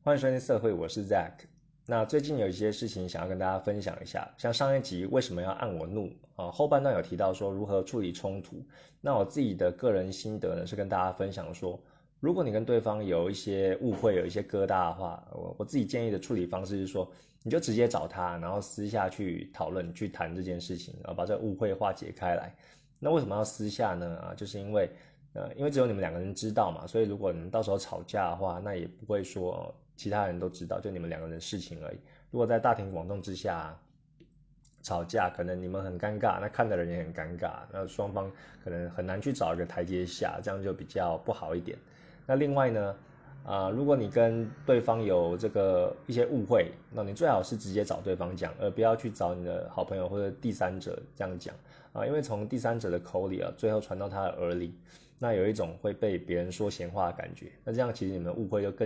欢迎收听社会，我是 Zack。那最近有一些事情想要跟大家分享一下，像上一集为什么要按我怒后半段有提到说如何处理冲突。那我自己的个人心得呢是跟大家分享说，如果你跟对方有一些误会、有一些疙瘩的话，我自己建议的处理方式是说，你就直接找他，然后私下去讨论、去谈这件事情，然后把这个误会化解开来。那为什么要私下呢？就是因为只有你们两个人知道嘛，所以如果你们到时候吵架的话，那也不会说其他人都知道，就你们两个人的事情而已。如果在大庭广众之下吵架，可能你们很尴尬，那看的人也很尴尬，那双方可能很难去找一个台阶下，这样就比较不好一点。那另外呢，如果你跟对方有一些误会，那你最好是直接找对方讲，而不要去找你的好朋友或者第三者这样讲因为从第三者的口里最后传到他的耳里。那有一种会被别人说闲话的感觉，那这样其实你们误会就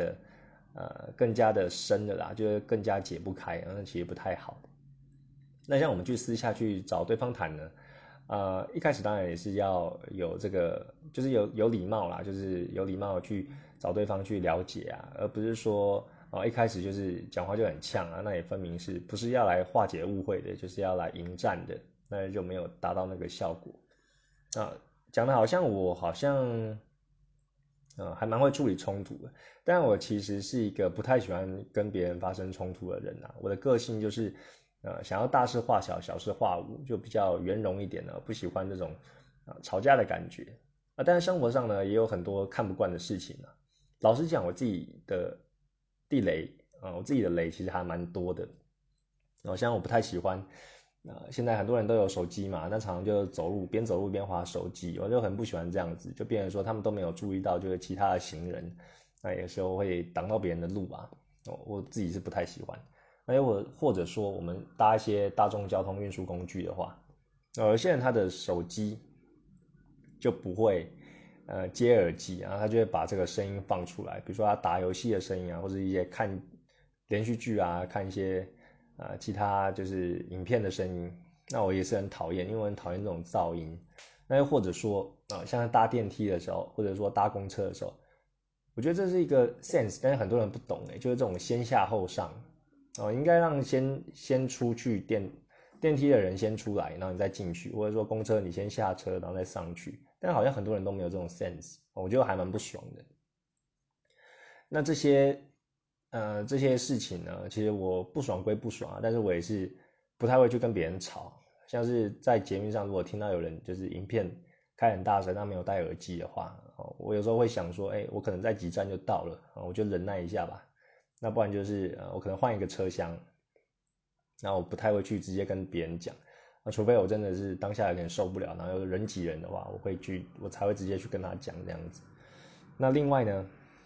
更加的深了啦，就是更加解不开，那其实不太好。那像我们去私下去找对方谈呢，一开始当然也是要有就是有礼貌啦，就是有礼貌去找对方去了解而不是说一开始就是讲话就很呛那也分明是不是要来化解误会的，就是要来迎战的，那就没有达到那个效果。讲的我好像还蛮会处理冲突的，但我其实是一个不太喜欢跟别人发生冲突的人我的个性就是想要大事化小，小事化无，就比较圆融一点不喜欢这种吵架的感觉但是生活上呢也有很多看不惯的事情老实讲，我自己的地雷我自己的雷其实还蛮多的像我不太喜欢现在很多人都有手机嘛，那常常就边走路边滑手机，我就很不喜欢这样子，就变成说他们都没有注意到，就是其他的行人，那有时候会挡到别人的路我自己是不太喜欢。那或者说我们搭一些大众交通运输工具的话，有些人他的手机就不会接耳机，然后他就会把这个声音放出来，比如说他打游戏的声音或者一些看连续剧看一些其他就是影片的声音，那我也是很讨厌，因为我很讨厌这种噪音。那又或者说像搭电梯的时候，或者说搭公车的时候，我觉得这是一个 sense， 但是很多人不懂就是这种先下后上应该让先出去电梯的人先出来，然后你再进去，或者说公车你先下车然后再上去，但好像很多人都没有这种 sense，我觉得还蛮不爽的。那这些事情呢，其实我不爽归不爽但是我也是不太会去跟别人吵。像是在捷运上，如果听到有人就是影片开很大声，他没有戴耳机的话我有时候会想说我可能在几站就到了我就忍耐一下吧。那不然就是我可能换一个车厢，那我不太会去直接跟别人讲除非我真的是当下有点受不了，然后人挤人的话，我才会直接去跟他讲这样子。那另外呢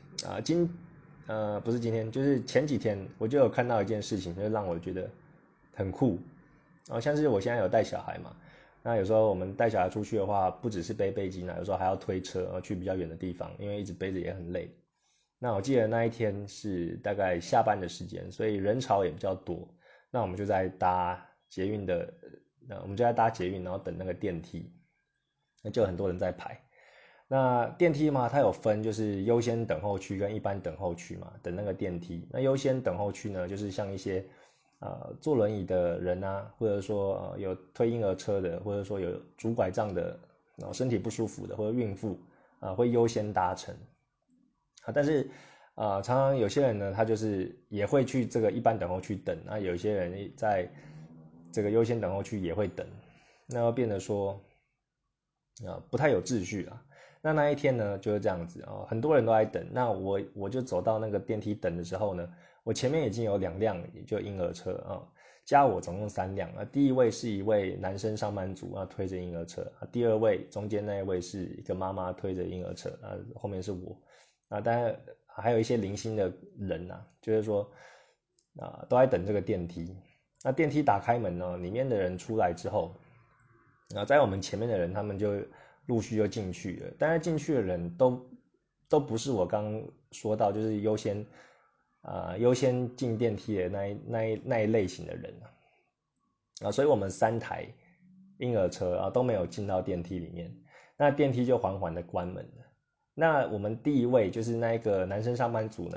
不是今天，就是前几天我就有看到一件事情，就让我觉得很酷像是我现在有带小孩嘛，那有时候我们带小孩出去的话，不只是背背巾有时候还要推车去比较远的地方，因为一直背着也很累。那我记得那一天是大概下班的时间，所以人潮也比较多。那我们就在搭捷运然后等那个电梯，那就很多人在排。那电梯嘛，它有分就是优先等候区跟一般等候区嘛，等那个电梯。那优先等候区呢，就是像一些坐轮椅的人或者说有推婴儿车的，或者说有拄拐杖的，然后身体不舒服的或者孕妇会优先搭乘但是常常有些人呢，他就是也会去这个一般等候区等，那有些人在这个优先等候区也会等，那要变得说不太有秩序那一天呢就是这样子很多人都在等。那我就走到那个电梯等的时候呢，我前面已经有2辆就婴儿车加我总共3辆第一位是一位男生上班族推着婴儿车第二位中间那一位是一个妈妈推着婴儿车后面是我当然还有一些零星的人就是说都在等这个电梯。那电梯打开门呢，里面的人出来之后在我们前面的人他们就陆续就进去了，但是进去的人都不是我刚刚说到就是优先进电梯的那一类型的人所以我们3台婴儿车都没有进到电梯里面，那电梯就缓缓的关门了。那我们第一位就是那个男生上班族呢，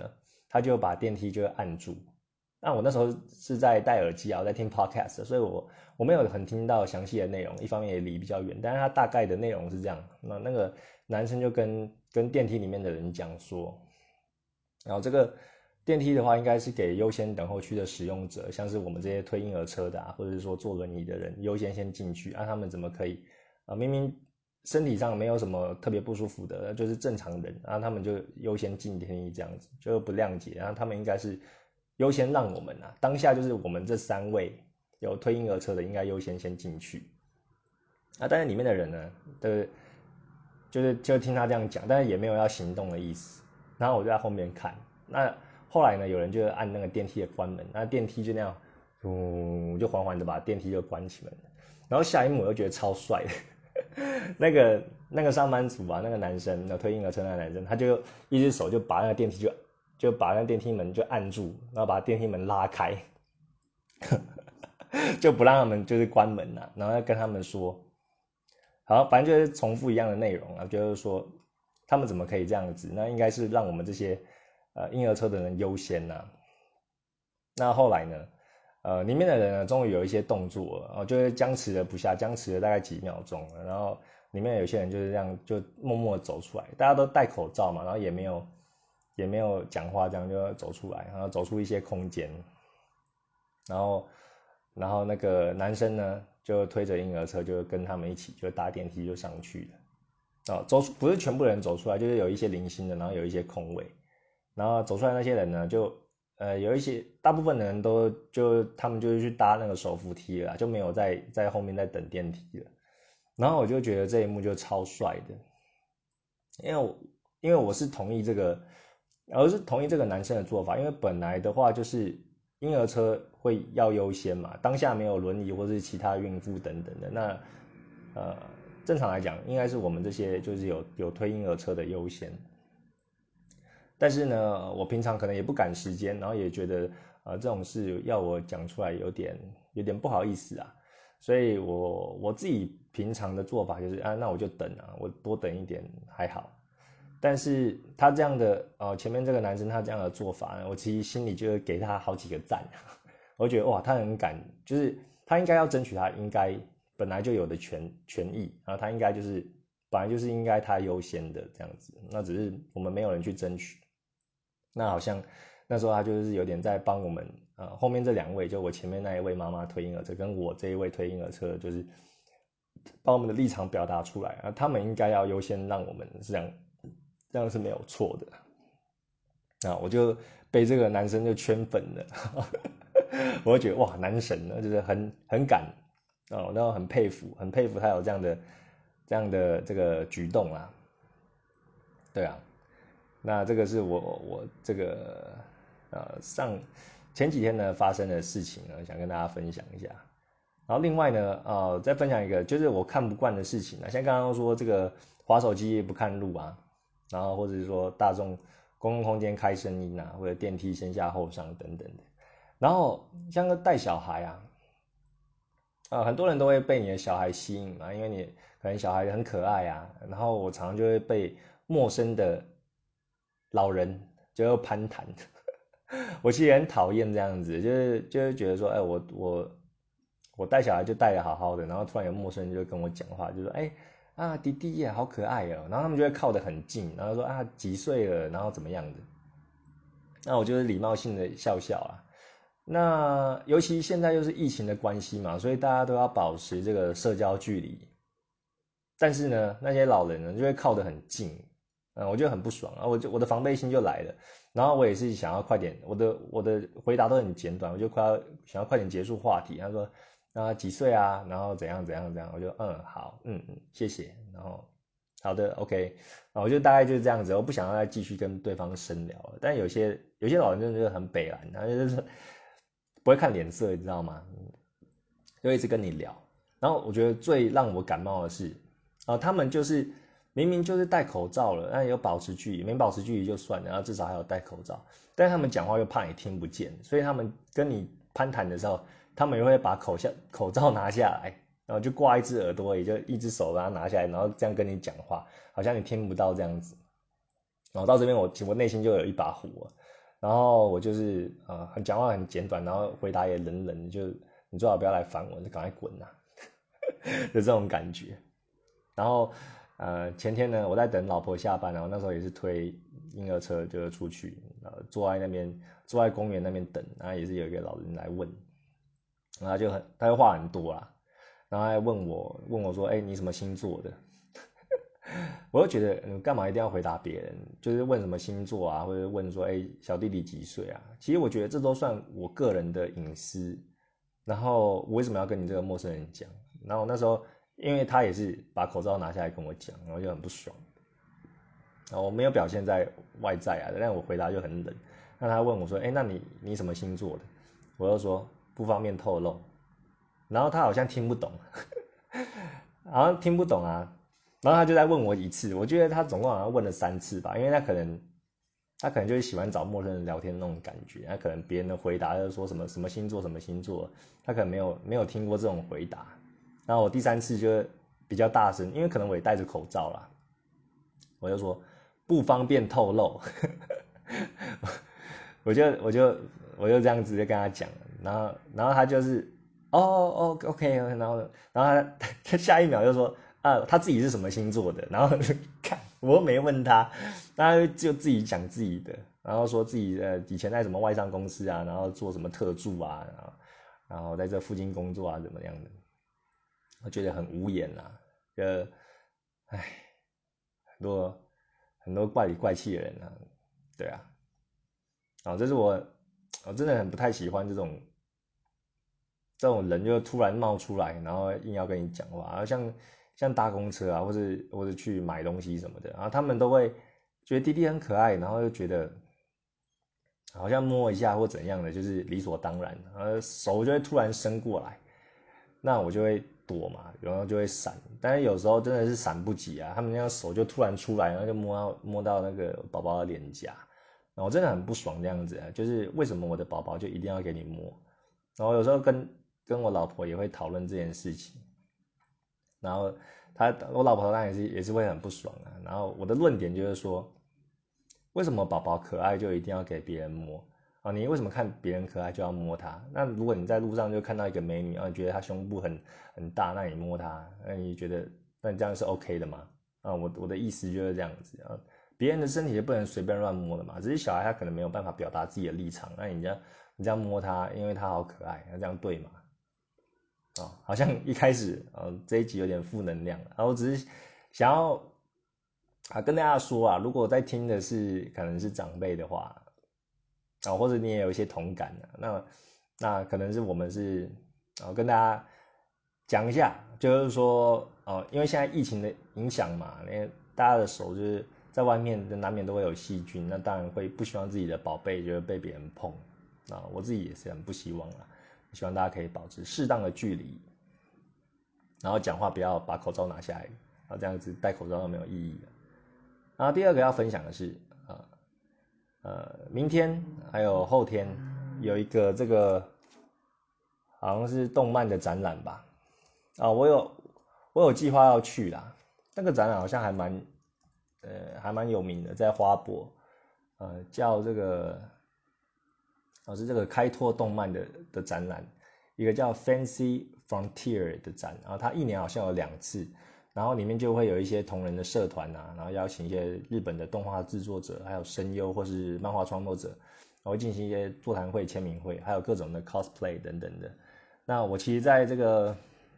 他就把电梯就按住。那我那时候是在戴耳机啊，我在听 podcast， 所以我没有很听到详细的内容，一方面也离比较远，但是他大概的内容是这样。那个男生就跟电梯里面的人讲说，然后这个电梯的话，应该是给优先等候区的使用者，像是我们这些推婴儿车的或者是说坐轮椅的人，优先先进去。他们怎么可以明明身体上没有什么特别不舒服的，就是正常人，他们就优先进电梯这样子，就不谅解。然后他们应该是优先让我们当下就是我们这3位有推婴儿车的，应该优先先进去。但是里面的人呢，就听他这样讲，但是也没有要行动的意思。然后我就在后面看，那后来呢，有人就按那个电梯的关门，那电梯就那样，就缓缓的把电梯就关起门了。然后下一幕我又觉得超帅的，那个上班族那个男生，那推婴儿车那个男生，他就一只手就把那个电梯就把那个电梯门就按住，然后把电梯门拉开，就不让他们就是关门然后要跟他们说。好，反正就是重复一样的内容就是说他们怎么可以这样子？那应该是让我们这些婴儿车的人优先那后来呢，里面的人呢，终于有一些动作了，就是僵持了不下，僵持了大概几秒钟了，然后里面有些人就是这样就默默的走出来，大家都戴口罩嘛，然后也没有讲话，这样就走出来，然后走出一些空间，然后那个男生呢，就推着婴儿车，就跟他们一起就搭电梯就上去了。不是全部人走出来，就是有一些零星的，然后有一些空位，然后走出来那些人呢，就有一些大部分的人他们就是去搭那个手扶梯了，就没有在后面在等电梯了。然后我就觉得这一幕就超帅的，因为我是同意这个男生的做法，因为本来的话就是婴儿车会要优先嘛，当下没有轮椅或是其他孕妇等等的，那正常来讲应该是我们这些就是有推婴儿车的优先。但是呢，我平常可能也不赶时间，然后也觉得这种事要我讲出来有点不好意思所以我自己平常的做法就是那我就等我多等一点还好。但是他这样的前面这个男生他这样的做法我其实心里就会给他好几个赞我觉得哇，他很敢，就是他应该要争取他应该本来就有的权益，然后他应该就是本来就是应该他优先的这样子，那只是我们没有人去争取。那好像那时候他就是有点在帮我们后面这2位，就我前面那一位妈妈推婴儿车跟我这一位推婴儿车，就是把我们的立场表达出来他们应该要优先让我们这样是没有错的我就被这个男生就圈粉了我就觉得哇，男神呢，就是很敢然后很佩服他有这样的这个举动对那这个是我这个前几天呢发生的事情呢，想跟大家分享一下。然后另外呢，再分享一个就是我看不惯的事情像刚刚说这个滑手机不看路然后或者是说大众公共空间开声音或者电梯先下后上等等的。然后像个带小孩很多人都会被你的小孩吸引嘛，因为你可能小孩很可爱然后我常常就会被陌生的老人就攀谈我其实很讨厌这样子，就是觉得说我带小孩就带得好好的，然后突然有陌生人就跟我讲话，就说弟弟耶好可爱然后他们就会靠得很近，然后说几岁了，然后怎么样的，那我就是礼貌性的笑笑那尤其现在又是疫情的关系嘛，所以大家都要保持这个社交距离。但是呢，那些老人呢就会靠得很近，我就很不爽我的防备心就来了。然后我也是想要快点，我的回答都很简短，我就想要快点结束话题。他说几岁然后怎样，我就好，谢谢，然后好的 OK，我就大概就是这样子，我不想要再继续跟对方深聊了。但有些老人真的就是很北蓝，他就是不会看脸色，你知道吗？就一直跟你聊。然后我觉得最让我感冒的是他们就是明明就是戴口罩了，那有保持距离，没保持距离就算了，然后至少还有戴口罩，但是他们讲话又怕你听不见，所以他们跟你攀谈的时候，他们也会把口罩拿下来，然后就挂一只耳朵，也就一只手把它拿下来，然后这样跟你讲话，好像你听不到这样子。然后到这边我内心就有一把火然后我就是讲话很简短，然后回答也冷冷，就你最好不要来烦我，就赶快滚啊的这种感觉。然后前天呢，我在等老婆下班，然后那时候也是推婴儿车就出去，坐在公园那边等，然后也是有一个老人来问，然后他就话很多啦，然后还问我说，你什么星座的？我就觉得，干嘛一定要回答别人？就是问什么星座啊，或者问说，小弟弟几岁啊？其实我觉得这都算我个人的隐私。然后我为什么要跟你这个陌生人讲？然后那时候，因为他也是把口罩拿下来跟我讲，然后就很不爽。然后我没有表现在外在啊，但我回答就很冷。那他问我说，那你什么星座的？我就说不方便透露。然后他好像听不懂，好像听不懂啊。然后他就再问我一次，我觉得他总共好像问了3次吧，因为他可能就是喜欢找陌生人聊天那种感觉，他可能别人的回答就是说什么什么星座什么星座，他可能没有听过这种回答。然后我第3次就比较大声，因为可能我也戴着口罩啦，我就说不方便透露，我就这样直接跟他讲，然后他就是OK，然后他下一秒就说他自己是什么星座的，然后看我又没问他，他就自己讲自己的，然后说自己以前在什么外商公司啊，然后做什么特助啊，然后在这附近工作啊怎么样的，我觉得很无言啊，唉，很多怪里怪气的人啊，对啊，这是我真的很不太喜欢这种人就突然冒出来，然后硬要跟你讲话，像搭公车啊，或者去买东西什么的，然后他们都会觉得弟弟很可爱，然后又觉得好像摸一下或怎样的就是理所当然，然后手就会突然伸过来，那我就会躲嘛，然后就会闪，但是有时候真的是闪不及啊，他们那样手就突然出来，然后就摸到那个宝宝的脸颊，然后我真的很不爽这样子啊，就是为什么我的宝宝就一定要给你摸？然后有时候跟我老婆也会讨论这件事情，然后我老婆当然也是会很不爽啊，然后我的论点就是说，为什么宝宝可爱就一定要给别人摸啊？你为什么看别人可爱就要摸她？那如果你在路上就看到一个美女，你觉得她胸部很大，那你摸她，那你觉得那你这样是 OK 的吗？我的意思就是这样子啊，别人的身体就不能随便乱摸的嘛。只是小孩他可能没有办法表达自己的立场，那你这样摸他，因为他好可爱，那这样对吗？好像一开始这一集有点负能量，然后我只是想要跟大家说啊，如果在听的可能是长辈的话，或者你也有一些同感那可能是我们是跟大家讲一下，就是说因为现在疫情的影响嘛，因为大家的手就是在外面难免都会有细菌，那当然会不希望自己的宝贝就是被别人碰我自己也是很不希望啦，希望大家可以保持适当的距离，然后讲话不要把口罩拿下来，这样子戴口罩都没有意义了。然后第二个要分享的是明天还有后天有一个这个好像是动漫的展览吧，我有计划要去啦，那个展览好像还蛮有名的，在花博，叫这个是这个开拓动漫的展览，一个叫 Fancy Frontier 的展，然后它一年好像有2次，然后里面就会有一些同人的社团然后邀请一些日本的动画制作者，还有声优或是漫画创作者，然后进行一些座谈会、签名会，还有各种的 cosplay 等等的。那我其实在这个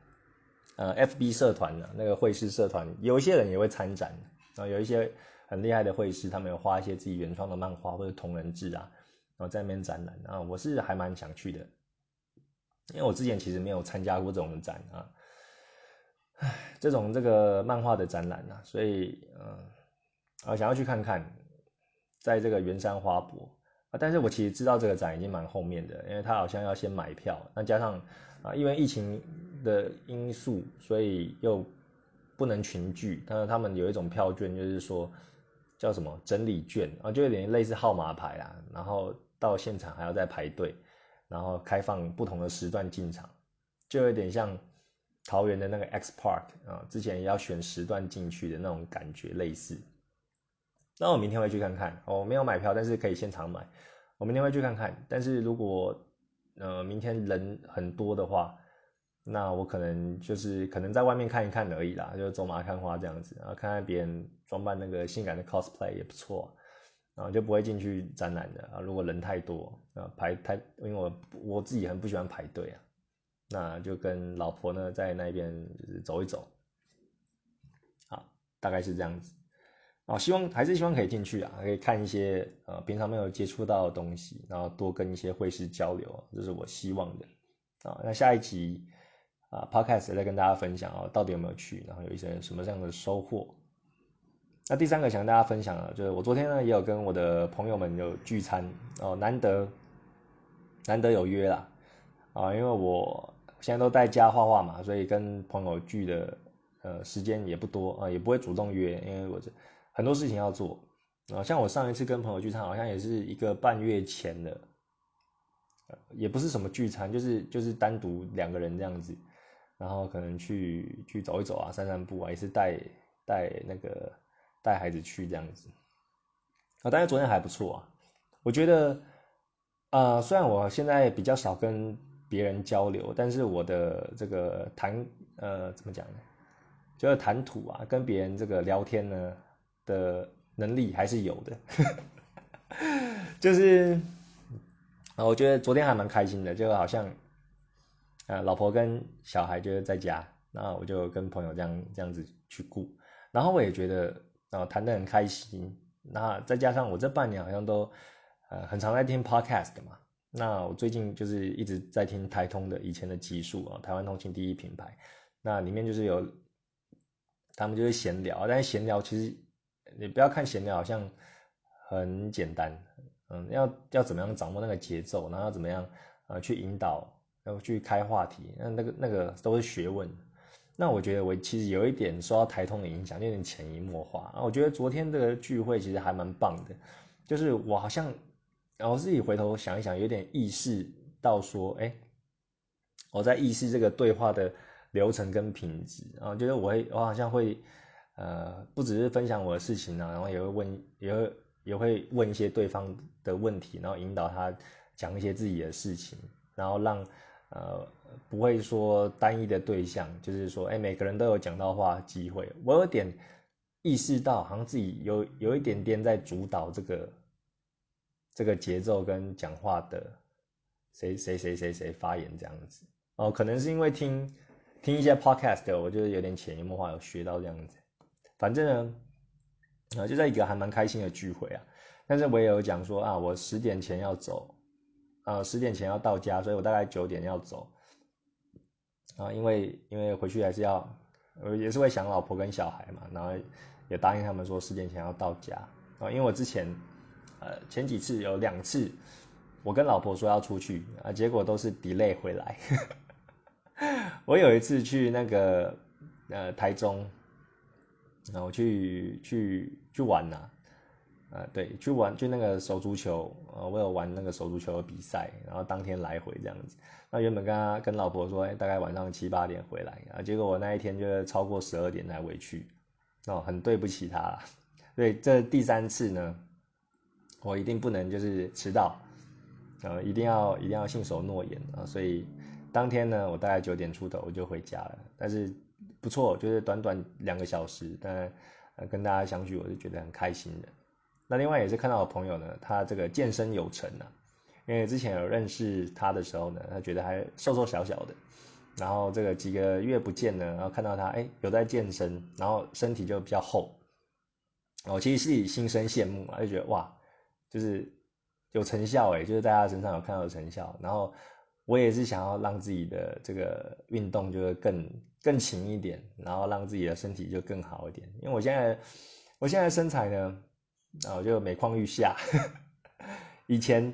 FB 社团那个绘师社团，有一些人也会参展，然后有一些很厉害的绘师，他们有画一些自己原创的漫画或者同人志然后在那边展览我是还蛮想去的，因为我之前其实没有参加过这种展这个漫画的展览所以想要去看看，在这个圆山花博但是我其实知道这个展已经蛮后面的，因为他好像要先买票，那加上因为疫情的因素，所以又不能群聚，但是他们有一种票券，就是说叫什么整理券就有点类似号码牌然后到现场还要再排队，然后开放不同的时段进场，就有点像桃园的那个 X Park 之前也要选时段进去的那种感觉类似。那我明天会去看看，我没有买票，但是可以现场买。 我明天会去看看。但是如果明天人很多的话，那我可能在外面看一看而已啦，就走马看花这样子，然后看看别人装扮那个性感的 cosplay 也不错，然后就不会进去展览的啊。如果人太多因为我自己很不喜欢排队啊，那就跟老婆呢在那边就是走一走，好，大概是这样子。还是希望可以进去啊，可以看一些平常没有接触到的东西，然后多跟一些会师交流，这是我希望的。那下一集Podcast 也再跟大家分享到底有没有去，然后有一些什么样的收获。那第三个想跟大家分享的，就是我昨天呢也有跟我的朋友们有聚餐难得有约啦因为我现在都在家画画嘛，所以跟朋友聚的时间也不多也不会主动约，因为我很多事情要做像我上一次跟朋友聚餐，好像也是1个半月前的，也不是什么聚餐，就是单独2个人这样子，然后可能去走一走啊，散散步啊，也是带孩子去这样子但是昨天还不错啊，我觉得虽然我现在比较少跟别人交流，但是我的这个怎么讲呢？就是谈吐啊，跟别人这个聊天呢的能力还是有的，就是我觉得昨天还蛮开心的，就好像老婆跟小孩就是在家，那我就跟朋友这样子去顾，然后我也觉得谈得很开心，那再加上我这半年好像都很常在听 podcast 嘛，那我最近就是一直在听台通的以前的集数台湾通勤第一品牌，那里面就是有他们就是闲聊，但是闲聊其实你不要看闲聊好像很简单，要怎么样掌握那个节奏，然后要怎么样去引导，要去开话题，那个都是学问。那我觉得我其实有一点受到台通的影响，有点潜移默化我觉得昨天这个聚会其实还蛮棒的，就是我好像，我自己回头想一想，有点意识到说，我在意识这个对话的流程跟品质就是我好像会不只是分享我的事情然后也会问一些对方的问题，然后引导他讲一些自己的事情，然后让不会说单一的对象，就是说每个人都有讲到话的机会。我有点意识到，好像自己有一点点在主导这个节奏跟讲话的谁发言这样子可能是因为听一些 podcast， 我就是有点潜移默化有学到这样子。反正呢就在一个还蛮开心的聚会但是我也有讲说我10点前要走10点前要到家，所以我大概9点要走因为回去还是也是会想老婆跟小孩嘛，然后也答应他们说10点前要到家因为我之前前几次有2次我跟老婆说要出去结果都是 delay 回来我有一次去那个台中然后去玩对，去那个手足球我有玩那个手足球的比赛，然后当天来回这样子。那原本跟老婆说大概晚上7、8点回来结果我那一天就超过12点才回去很对不起她啦。所以这第3次呢，我一定不能就是迟到一定要信守诺言所以当天呢我大概9点出头我就回家了，但是不错，就是短短2个小时，但跟大家相聚我是觉得很开心的。那另外也是看到我朋友呢，他这个健身有成因为之前有认识他的时候呢，他觉得还瘦瘦小小的，然后这个几个月不见呢，然后看到他有在健身，然后身体就比较厚，我其实是心生羡慕就觉得哇，就是有成效就是在他身上有看到成效，然后我也是想要让自己的这个运动就是更勤一点，然后让自己的身体就更好一点，因为我现在的身材呢我就每况愈下以前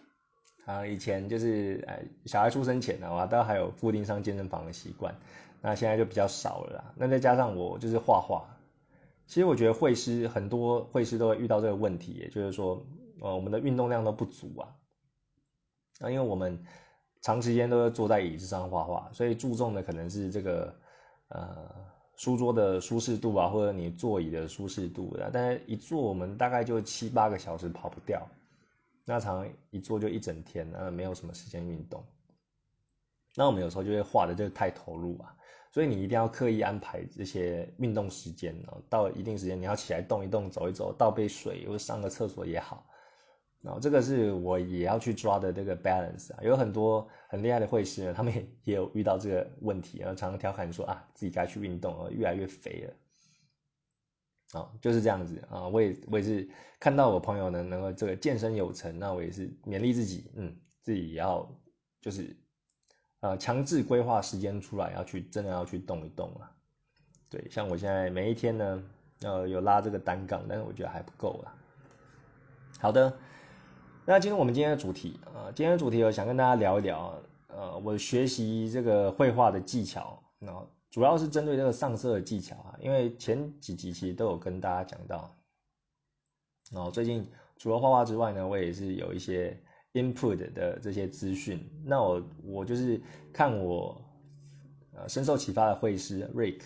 就是小孩出生前我都还有固定上健身房的习惯，那现在就比较少了啦。那再加上我就是画画，其实我觉得很多会师都会遇到这个问题，也就是说我们的运动量都不足因为我们长时间都是坐在椅子上画画，所以注重的可能是这个书桌的舒适度或者你座椅的舒适度但是一坐我们大概就7、8个小时跑不掉。 那常常一做就一整天，没有什么时间运动。那我们有时候就会画的就太投入啊，所以你一定要刻意安排这些运动时间哦，到一定时间你要起来动一动、走一走、倒杯水或者上个厕所也好。然后这个是我也要去抓的这个 balance 啊，有很多很厉害的会师呢，他们也有遇到这个问题，然后常常调侃说啊，自己该去运动，越来越肥了。就是这样子啊，我也是看到我朋友呢能够这个健身有成，那我也是勉励自己，自己也要就是强制规划时间出来，真的要去动一动啊。对，像我现在每一天呢，有拉这个单杠，但是我觉得还不够啦。好的，那进入我们今天的主题啊，今天的主题我想跟大家聊一聊，我学习这个绘画的技巧，主要是针对这个上色的技巧啊，因为前几集其实都有跟大家讲到，最近除了画画之外呢，我也是有一些 input 的这些资讯，那我就是看我深受启发的绘师 Rick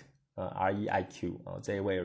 REIQ 这一位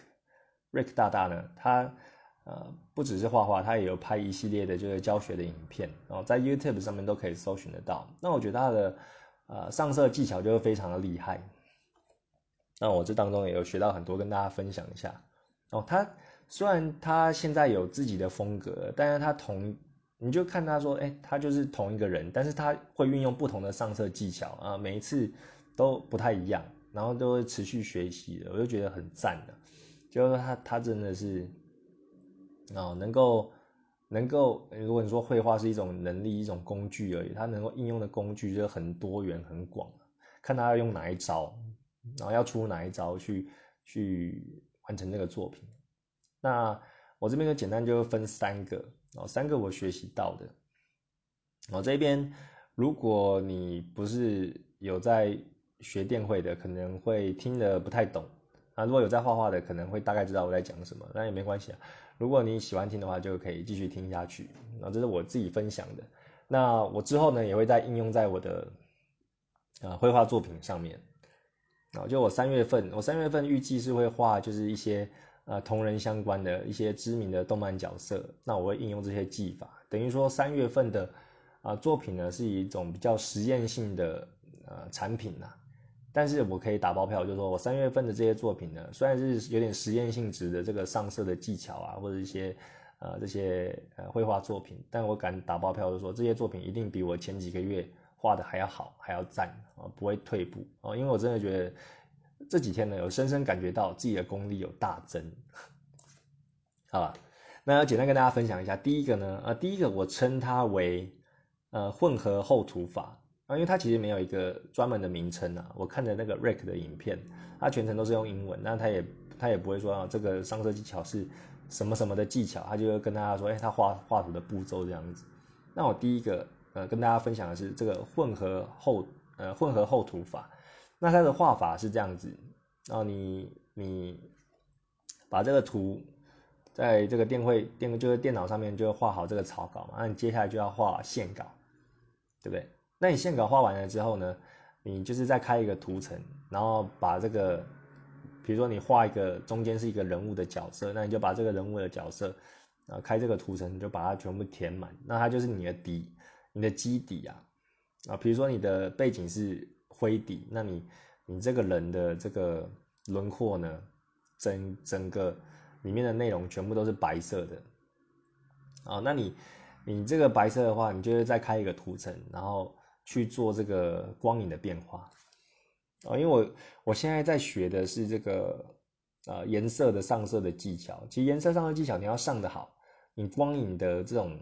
Rick 大大呢，他不只是画画，他也有拍一系列的就是教学的影片，在 YouTube 上面都可以搜寻得到。那我觉得他的上色技巧就非常的厉害。那我这当中也有学到很多，跟大家分享一下。他虽然他现在有自己的风格，但是你就看他说，他就是同一个人，但是他会运用不同的上色技巧啊，每一次都不太一样，然后都会持续学习的，我就觉得很赞的。就是他真的是能够，如果你说绘画是一种能力、一种工具而已，他能够应用的工具就很多元、很广，看他要用哪一招。然后要出哪一招去完成这个作品。那我这边就简单就分3个，3个我学习到的。这边如果你不是有在学电绘的，可能会听得不太懂。如果有在画画的，可能会大概知道我在讲什么，那也没关系啊。如果你喜欢听的话，就可以继续听下去。这是我自己分享的。那我之后呢，也会再应用在我的绘画作品上面。就我3月份预计是会画就是一些同人相关的一些知名的动漫角色，那我会应用这些技法，等于说3月份的作品呢是一种比较实验性的产品啦，但是我可以打包票，就是说我3月份的这些作品呢，虽然是有点实验性质的这个上色的技巧啊，或者一些这些绘画作品，但我敢打包票，就是说这些作品一定比我前几个月画的还要好，还要赞不会退步因为我真的觉得这几天呢，有深深感觉到自己的功力有大增。好吧，那要简单跟大家分享一下，第一个我称它为混合厚涂法因为它其实没有一个专门的名称啊。我看的那个 Rick 的影片，它全程都是用英文，那他也不会说这个上色技巧是什么什么的技巧，他就会跟大家说，他画图的步骤这样子。那我第一个跟大家分享的是这个混合厚涂法。那它的画法是这样子，然后你把这个图在这个就是电脑上面就画好这个草稿嘛，那你接下来就要画线稿，对不对？那你线稿画完了之后呢，你就是再开一个图层，然后把这个，比如说你画一个中间是一个人物的角色，那你就把这个人物的角色，开这个图层，你就把它全部填满，那它就是你的底，你的基底比如说你的背景是灰底，那你这个人的这个轮廓呢，整个里面的内容全部都是白色的那你这个白色的话，你就会再开一个图层，然后去做这个光影的变化因为我现在在学的是这个颜色的上色的技巧。其实颜色上色技巧你要上得好，你光影的这种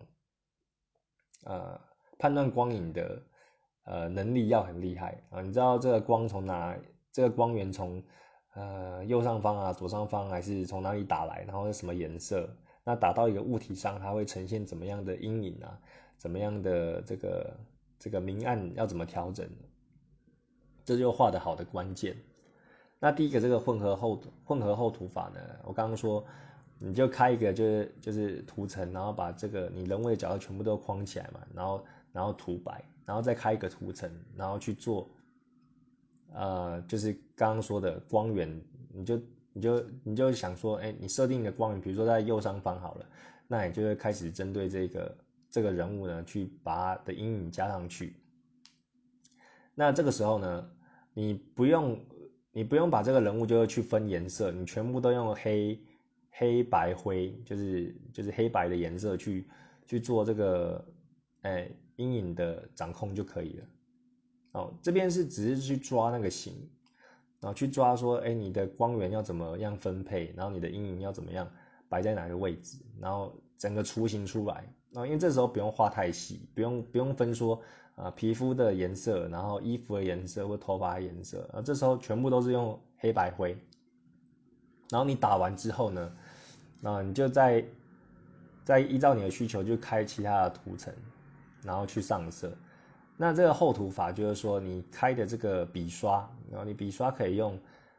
判断光影的能力要很厉害你知道这个光从哪，这个光源从右上方左上方还是从哪里打来，然后是什么颜色，那打到一个物体上，它会呈现怎么样的阴影怎么样的这个明暗要怎么调整，这就画得好的关键。那第一个这个混合厚涂法呢，我刚刚说你就开一个就是图层，然后把这个你人物的角色全部都框起来嘛，然后涂白，然后再开一个图层，然后去做就是刚刚说的光源，你就想说，你设定的光源，比如说在右上方好了，那你就会开始针对这个人物呢去把它的阴影加上去。那这个时候呢，你不用把这个人物就去分颜色，你全部都用黑白灰，就是黑白的颜色去做这个阴影的掌控就可以了。这边只是去抓那个形，然后去抓说，你的光源要怎么样分配，然后你的阴影要怎么样摆在哪个位置，然后整个雏形出来。因为这时候不用画太细，不用分说皮肤的颜色，然后衣服的颜色或头发的颜色，这时候全部都是用黑白灰。然后你打完之后呢，你就再依照你的需求就开其他的图层，然后去上色。那这个厚涂法就是说，你开的这个笔刷，然后你笔刷可以用，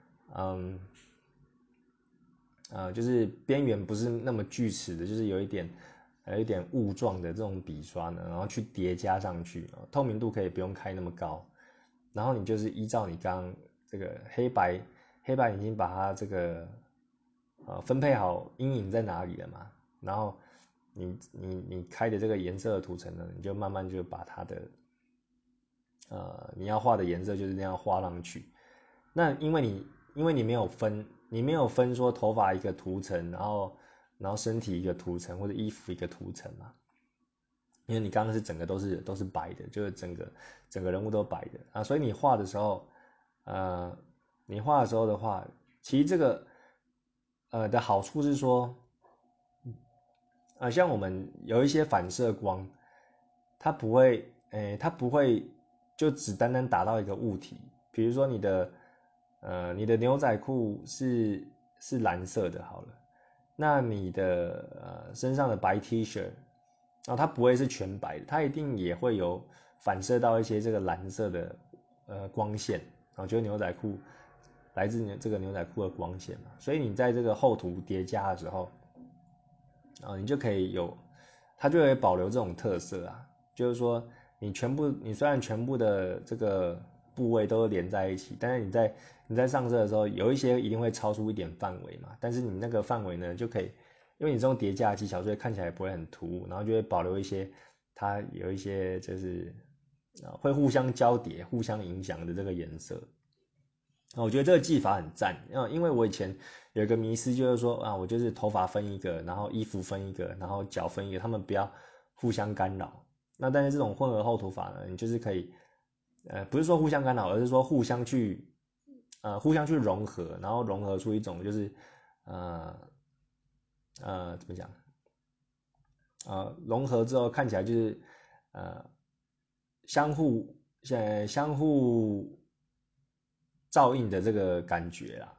就是边缘不是那么锯齿的，就是有一点雾状的这种笔刷呢，然后去叠加上去，透明度可以不用开那么高，然后你就是依照你刚刚这个黑白已经把它这个分配好阴影在哪里了嘛，然后你开的这个颜色的图层呢，你就慢慢就把它的你要画的颜色就是那样画上去。那因为你没有分说头发一个涂层，然后身体一个涂层，或者衣服一个涂层嘛，因为你刚刚是整个都是白的，就是整个人物都白的所以你画的时候，的话，其实这个的好处是说，像我们有一些反射光，它不会就只单单打到一个物体，比如说你的牛仔裤是蓝色的，好了，那你的身上的白 T 恤，它不会是全白的，它一定也会有反射到一些这个蓝色的光线，就是牛仔裤来自这个牛仔裤的光线嘛，所以你在这个厚涂叠加的时候，你就可以它就会保留这种特色就是说你虽然全部的这个部位都连在一起，但是你在上色的时候，有一些一定会超出一点范围嘛，但是你那个范围呢，就可以，因为你这种叠加的技巧，所以看起来不会很突兀，然后就会保留一些它有一些就是会互相交叠、互相影响的这个颜色。我觉得这个技法很赞，因为我以前有一个迷思，就是说我就是头发分一个，然后衣服分一个，然后脚分一个，他们不要互相干扰。那但是这种混合厚涂法呢，你就是可以，不是说互相干扰，而是说互相去融合，然后融合出一种就是怎么讲？融合之后看起来就是相互照应的这个感觉啦。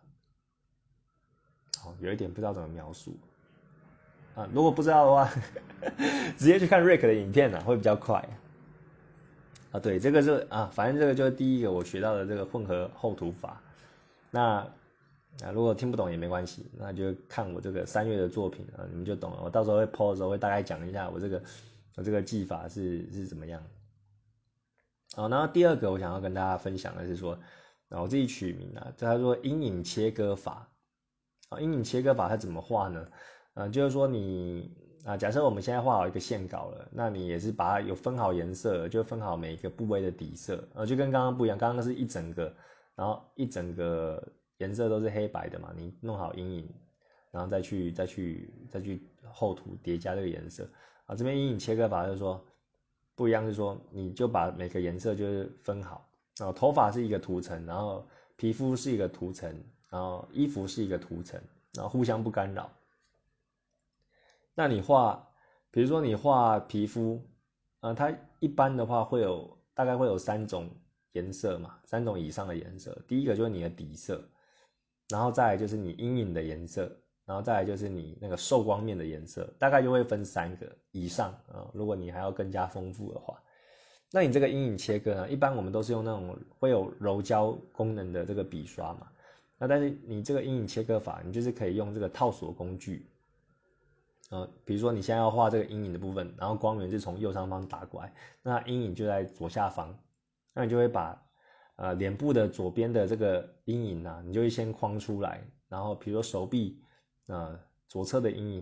有一点不知道怎么描述如果不知道的话直接去看 Rick 的影片会比较快对，这个是反正这个就是第一个我学到的这个混合厚涂法。那如果听不懂也没关系，那就看我这个3月的作品你们就懂了。我到时候会 po 的时候会大概讲一下我这个技法是怎么样。然后第二个我想要跟大家分享的是说，我自己取名他说阴影切割法。阴影切割法它怎么画呢？就是说你假设我们现在画好一个线稿了，那你也是把它有分好颜色，就分好每一个部位的底色，就跟刚刚不一样，刚刚是一整个，然后一整个颜色都是黑白的嘛，你弄好阴影，然后再去厚涂叠加这个颜色这边阴影切割法就是说不一样，是说你就把每个颜色就是分好，头发是一个涂层，然后皮肤是一个涂层，然后衣服是一个涂层，然后互相不干扰。那你比如说你画皮肤，它一般的话大概会有3种颜色嘛，3种以上的颜色。第一个就是你的底色，然后再来就是你阴影的颜色，然后再来就是你那个受光面的颜色，大概就会分3个以上如果你还要更加丰富的话，那你这个阴影切割呢，一般我们都是用那种会有柔焦功能的这个笔刷嘛。那但是你这个阴影切割法，你就是可以用这个套索工具。比如说你现在要画这个阴影的部分，然后光源是从右上方打过来，那阴影就在左下方，那你就会把脸部的左边的这个阴影你就会先框出来，然后比如说手臂左侧的阴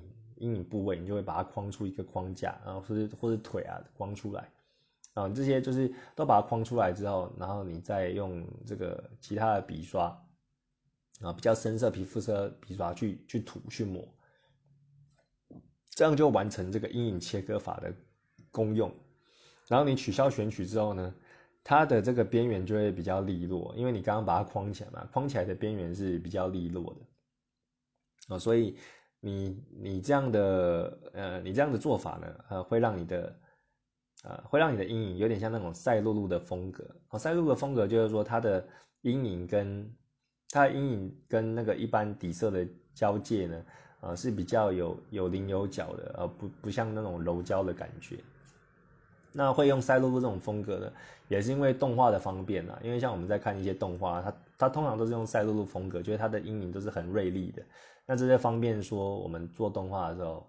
阴影部位，你就会把它框出一个框架，然后或是腿啊框出来，啊，这些就是都把它框出来之后，然后你再用这个其他的笔刷啊，比较深色皮肤色笔刷去涂去抹，这样就完成这个阴影切割法的功用。然后你取消选取之后呢，它的这个边缘就会比较利落，因为你刚刚把它框起来嘛，框起来的边缘是比较利落的，所以你这样的做法呢，会让你的阴影有点像那种赛璐璐的风格。赛璐璐的风格就是说它的阴影跟那个一般底色的交界呢，是比较有棱有角的，不像那种柔焦的感觉。那会用赛璐璐这种风格的，也是因为动画的方便啦。因为像我们在看一些动画，它通常都是用赛璐璐风格，就是它的阴影都是很锐利的。那这些方便说我们做动画的时候，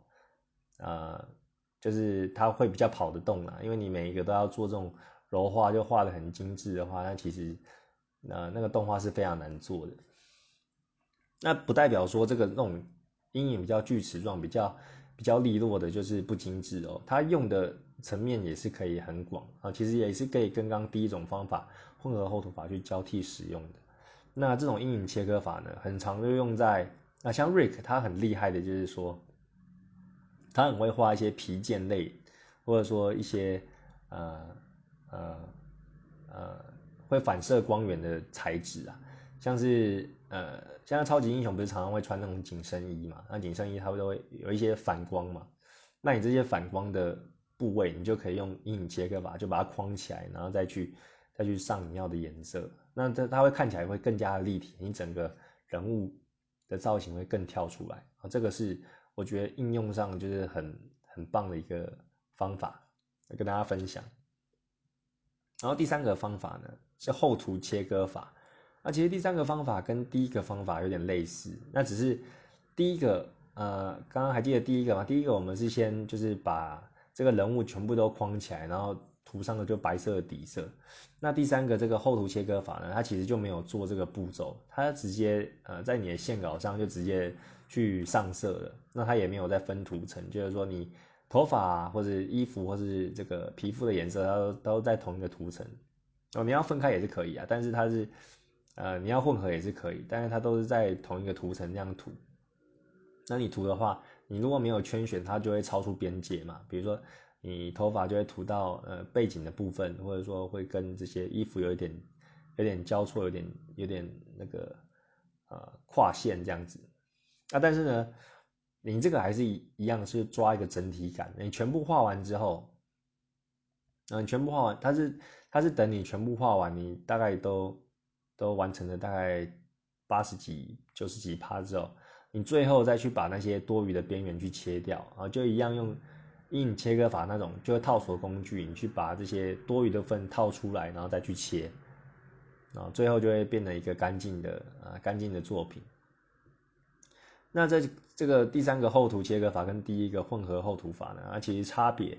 就是它会比较跑得动啦。因为你每一个都要做这种柔化，就画得很精致的话，那其实那个动画是非常难做的。那不代表说这个那种阴影比较锯齿状、比较利落的，就是不精致哦。它用的层面也是可以很广啊，其实也是可以跟刚第一种方法混合厚涂法去交替使用的。那这种阴影切割法呢，很常就用在像 Rick 他很厉害的就是说，他很会画一些皮件类，或者说一些呃呃会反射光源的材质啊，像是现在超级英雄不是常常会穿那种紧身衣嘛？那紧身衣它都会有一些反光嘛，那你这些反光的部位，你就可以用阴影切割法，就把它框起来，然后再去上你要的颜色，那它会看起来会更加的立体，你整个人物的造型会更跳出来啊，这个是我觉得应用上就是很棒的一个方法，跟大家分享。然后第三个方法呢是厚涂切割法，那其实第三个方法跟第一个方法有点类似，那只是第一个刚刚还记得第一个吗？第一个我们是先就是把这个人物全部都框起来，然后涂上了就白色的底色。那第三个这个厚涂切割法呢，它其实就没有做这个步骤，它直接在你的线稿上就直接去上色了，那它也没有再分涂层，就是说你头发或者衣服或是这个皮肤的颜色，它都在同一个涂层。你要分开也是可以啊，但是它是你要混合也是可以，但是它都是在同一个涂层这样涂。那你涂的话，你如果没有圈选，它就会超出边界嘛。比如说你头发就会涂到背景的部分，或者说会跟这些衣服有点交错，有点那个跨线这样子。但是呢，你这个还是一样是抓一个整体感。你全部画完之后，你全部画完，它是等你全部画完，你大概都完成了大概80几、90几趴之后，你最后再去把那些多余的边缘去切掉，啊，就一样用阴影切割法那种，就是套索工具，你去把这些多余的份套出来，然后再去切，啊，最后就会变成一个干净的作品。那这个第三个厚涂切割法跟第一个混合厚涂法呢，其实差别，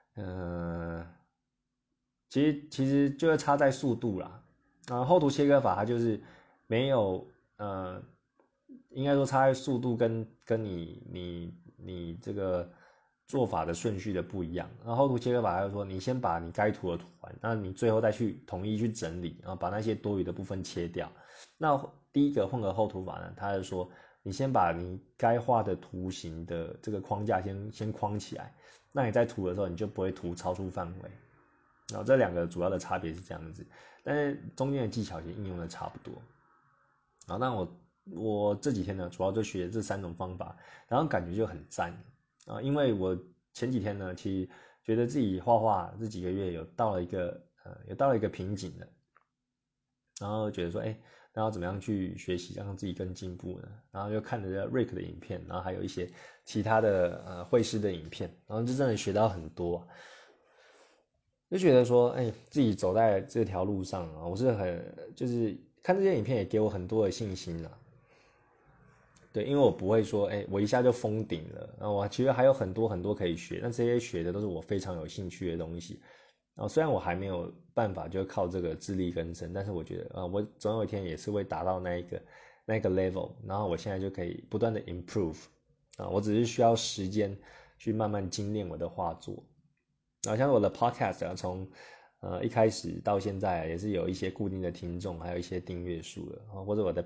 其实就是差在速度啦。厚涂切割法它就是没有应该说差在速度跟你这个做法的顺序的不一样。然后厚涂切割法就是说，你先把你该涂的涂完，那你最后再去统一去整理，然后把那些多余的部分切掉。那第一个混合厚涂法呢，它是说你先把你该画的图形的这个框架先框起来，那你在涂的时候你就不会涂超出范围。然后这两个主要的差别是这样子，但是中间的技巧也应用的差不多。然后那我这几天呢，主要就学这3种方法，然后感觉就很赞啊，因为我前几天呢，其实觉得自己画画这几个月有到了一个瓶颈了，然后觉得说，那要怎么样去学习，让自己更进步呢？然后又看了 Rick 的影片，然后还有一些其他的绘师的影片，然后就真的学到很多。就觉得说，自己走在这条路上啊，我是就是看这些影片也给我很多的信心啦。对，因为我不会说，我一下就封顶了，然后我其实还有很多很多可以学，但这些学的都是我非常有兴趣的东西。然后虽然我还没有办法就靠这个自力更生，但是我觉得我总有一天也是会达到那个 level，然后我现在就可以不断的 improve， 我只是需要时间去慢慢精炼我的画作。像我的 podcast 从一开始到现在也是有一些固定的听众，还有一些订阅数的，或者我的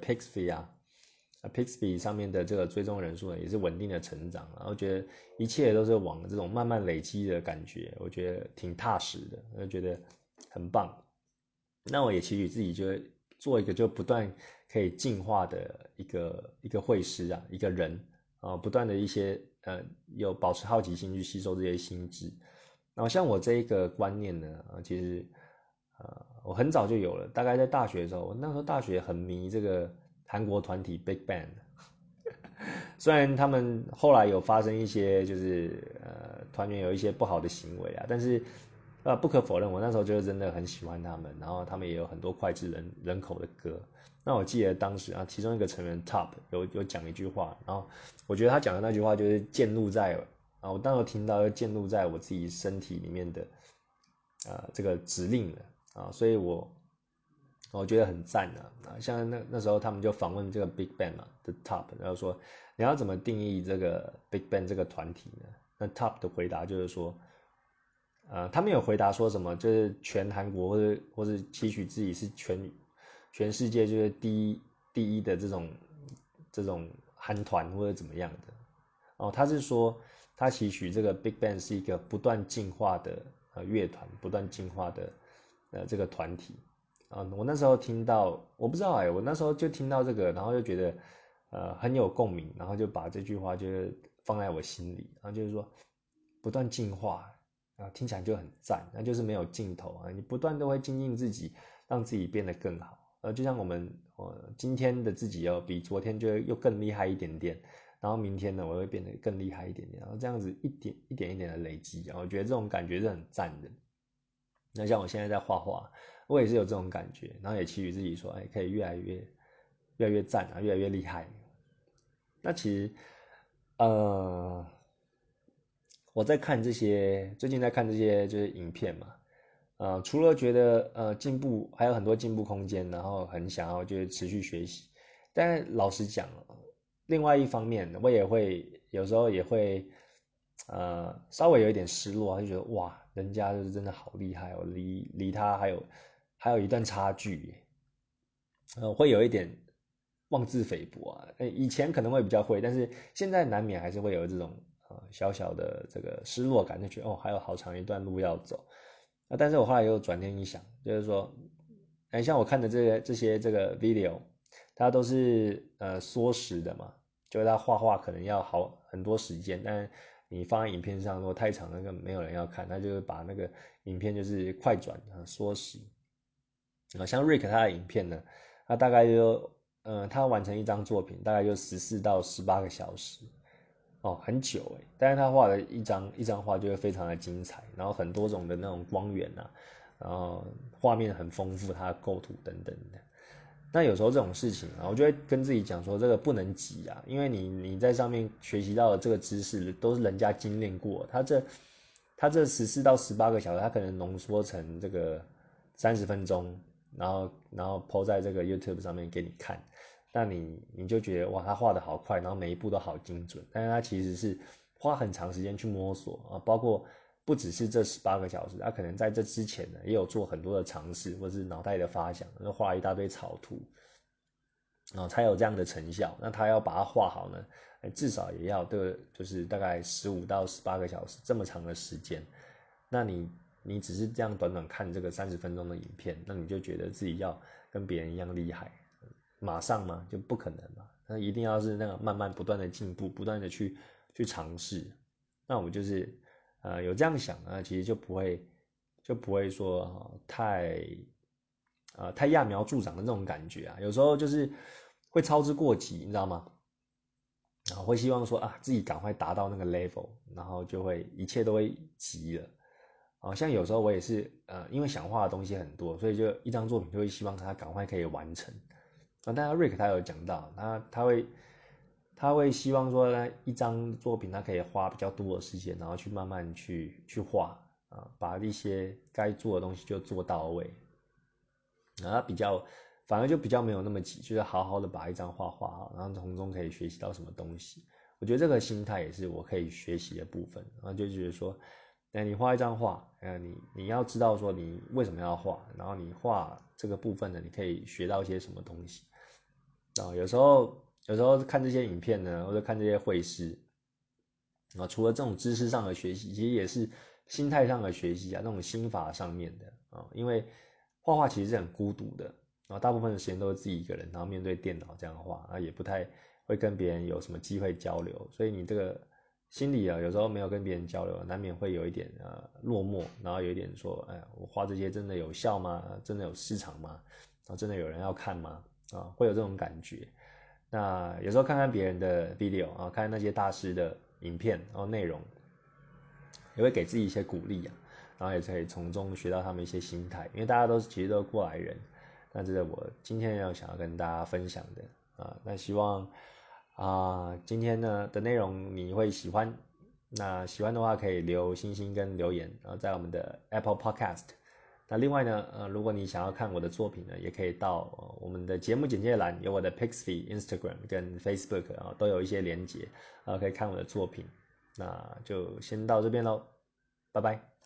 Pixby 上面的这个追踪人数呢也是稳定的成长，然后觉得一切都是往这种慢慢累积的感觉，我觉得挺踏实的，我就觉得很棒。那我也期许自己就做一个就不断可以进化的一个绘师啊，一个人不断的一些有保持好奇心去吸收这些新知。然后像我这一个观念呢，其实我很早就有了，大概在大学的时候，我那时候大学很迷这个韩国团体 Big Bang，虽然他们后来有发生一些就是团员有一些不好的行为啊，但是不可否认，我那时候就是真的很喜欢他们，然后他们也有很多脍炙人口的歌。那我记得当时其中一个成员 Top 有讲一句话，然后我觉得他讲的那句话就是渐入在我当时听到就渐入在我自己身体里面的这个指令了所以我觉得很赞像那时候他们就访问这个 Big Bang 的 Top， 然后说你要怎么定义这个 Big Bang 这个团体呢？那 Top 的回答就是说，他没有回答说什么，就是全韩国或是期许自己是全世界就是第一的这种韩团或者怎么样的他是说他期许这个 Big Bang 是一个不断进化的乐团，不断进化的这个团体我那时候听到，我不知道我那时候就听到这个，然后就觉得很有共鸣，然后就把这句话就放在我心里，然后就是说不断进化听起来就很赞，那就是没有尽头你不断都会精进自己，让自己变得更好就像我们今天的自己比昨天就又更厉害一点点，然后明天呢我会变得更厉害一点点，然后这样子一点的累积我觉得这种感觉是很赞的。那像我现在在画画，我也是有这种感觉，然后也期许自己说可以越来越赞越来越厉害。那其实我在看这些，最近在看这些就是影片嘛，除了觉得进步还有很多进步空间，然后很想要就是持续学习，但老实讲另外一方面我也会有时候也会稍微有一点失落就觉得哇，人家就是真的好厉害离他还有一段差距会有一点妄自菲薄以前可能会比较会，但是现在难免还是会有这种小小的这个失落感，就觉得还有好长一段路要走但是我后来又转念一想，就是说像我看的这些这个 video， 它都是缩时的嘛，就是他画画可能要很多时间，但你放在影片上如果太长，那个没有人要看，他就是把那个影片就是快转缩时像 Rick 他的影片呢，他大概他完成一张作品大概就14到18个小时很久但是他画的一张画就会非常的精彩，然后很多种的那种光源然后画面很丰富，它的构图等等的。那有时候这种事情我就会跟自己讲说，这个不能急因为你在上面学习到的这个知识都是人家精炼过，他这14到18个小时，他可能浓缩成这个30分钟，然后 po 在这个 YouTube 上面给你看，那你就觉得哇，他画的好快，然后每一步都好精准，但是他其实是花很长时间去摸索包括不只是这18个小时，他可能在这之前呢也有做很多的尝试，或是脑袋的发想，画一大堆草图才有这样的成效。那他要把它画好呢至少也要就是大概15到18个小时这么长的时间。那你只是这样短短看这个30分钟的影片，那你就觉得自己要跟别人一样厉害，马上吗？就不可能嘛。那一定要是那个慢慢不断的进步，不断的去尝试。那我就是有这样想其实就不会说太揠苗助长的那种感觉有时候就是会操之过急，你知道吗？然后会希望说自己赶快达到那个 level， 然后就会一切都会急了像有时候我也是因为想画的东西很多，所以就一张作品就会希望它赶快可以完成但是 Rick 他有讲到他会希望说一张作品他可以花比较多的时间，然后去慢慢去画把一些该做的东西就做到位然后反而就比较没有那么急，就是好好的把一张画画好，然后从中可以学习到什么东西。 我觉得这个心态也是我可以学习的部分，然后就觉得说，你画一张画，你要知道说你为什么要画，然后你画这个部分呢，你可以学到一些什么东西。有时候看这些影片呢，或者看这些绘师，除了这种知识上的学习，其实也是心态上的学习啊，那种心法上面的因为画画其实是很孤独的，大部分的时间都是自己一个人，然后面对电脑这样画也不太会跟别人有什么机会交流，所以你这个心里有时候没有跟别人交流，难免会有一点落寞，然后有一点说，我画这些真的有效吗？真的有市场吗？真的有人要看吗？会有这种感觉。那有时候看看别人的 video 看那些大师的影片，然后内容也会给自己一些鼓励然后也可以从中学到他们一些心态，因为大家其实都是过来人。那这是我今天想要跟大家分享的那希望今天呢的内容你会喜欢。那喜欢的话可以留星星跟留言，然后在我们的 Apple Podcast。那另外呢，如果你想要看我的作品呢，也可以到我们的节目简介栏有我的 Pixiv、Instagram 跟 Facebook 都有一些连结可以看我的作品。那就先到这边咯，拜拜。